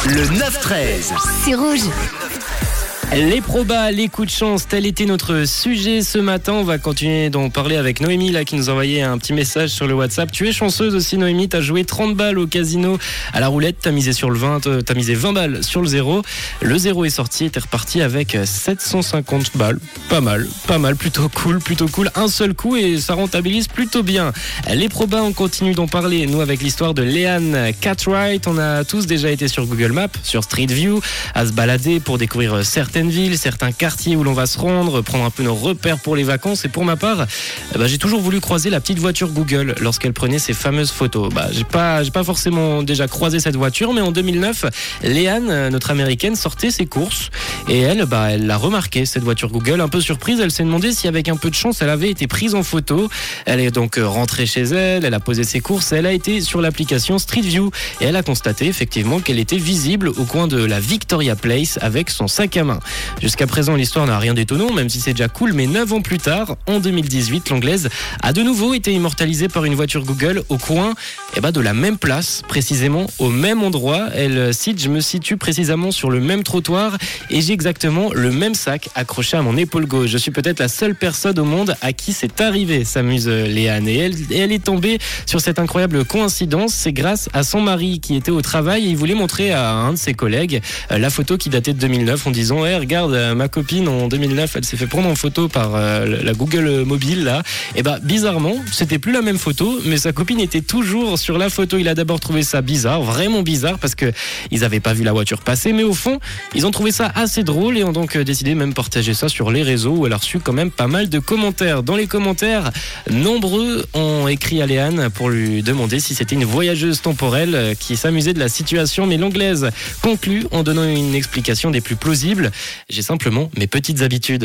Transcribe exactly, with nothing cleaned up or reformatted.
Le neuf treize. C'est rouge. Les probas, les coups de chance, tel était notre sujet ce matin. On va continuer d'en parler avec Noémie là, qui nous envoyait un petit message sur le WhatsApp. Tu es chanceuse aussi Noémie, t'as joué trente balles au casino à la roulette, t'as misé sur le vingt, t'as misé vingt balles sur le zéro. Le zéro est sorti et t'es reparti avec sept cent cinquante balles. Pas mal, pas mal, plutôt cool, plutôt cool. Un seul coup et ça rentabilise plutôt bien. Les probas, on continue d'en parler. Nous avec l'histoire de Léane Cartwright, on a tous déjà été sur Google Maps, sur Street View, à se balader pour découvrir certaines villes, certains quartiers où l'on va se rendre, prendre un peu nos repères pour les vacances. Et pour ma part, bah, j'ai toujours voulu croiser la petite voiture Google lorsqu'elle prenait ses fameuses photos. Bah, j'ai pas, j'ai pas forcément déjà croisé cette voiture, mais en deux mille neuf, Léane, notre américaine, sortait ses courses et elle, bah, elle l'a remarqué cette voiture Google. Un peu surprise, elle s'est demandé si avec un peu de chance, elle avait été prise en photo. Elle est donc rentrée chez elle, elle a posé ses courses, elle a été sur l'application Street View et elle a constaté effectivement qu'elle était visible au coin de la Victoria Place avec son sac à main. Jusqu'à présent, l'histoire n'a rien d'étonnant, même si c'est déjà cool, mais neuf ans plus tard, en deux mille dix-huit, l'anglaise a de nouveau été immortalisée par une voiture Google au coin eh ben, de la même place, précisément au même endroit. Elle cite: je me situe précisément sur le même trottoir et j'ai exactement le même sac accroché à mon épaule gauche. Je suis peut-être la seule personne au monde à qui c'est arrivé, s'amuse Léane. Et elle, et elle est tombée sur cette incroyable coïncidence. C'est grâce à son mari qui était au travail et il voulait montrer à un de ses collègues la photo qui datait de deux mille neuf en disant: hey, regarde, ma copine en deux mille neuf, elle s'est fait prendre en photo par euh, la Google mobile là. Et bah bizarrement, c'était plus la même photo, mais sa copine était toujours sur la photo. Il a d'abord trouvé ça bizarre, vraiment bizarre, parce que ils avaient pas vu la voiture passer, mais au fond, ils ont trouvé ça assez drôle et ont donc décidé de même partager ça sur les réseaux où elle a reçu quand même pas mal de commentaires. Dans les commentaires, nombreux ont écrit à Léane pour lui demander si c'était une voyageuse temporelle qui s'amusait de la situation, mais l'anglaise conclut en donnant une explication des plus plausibles: j'ai simplement mes petites habitudes.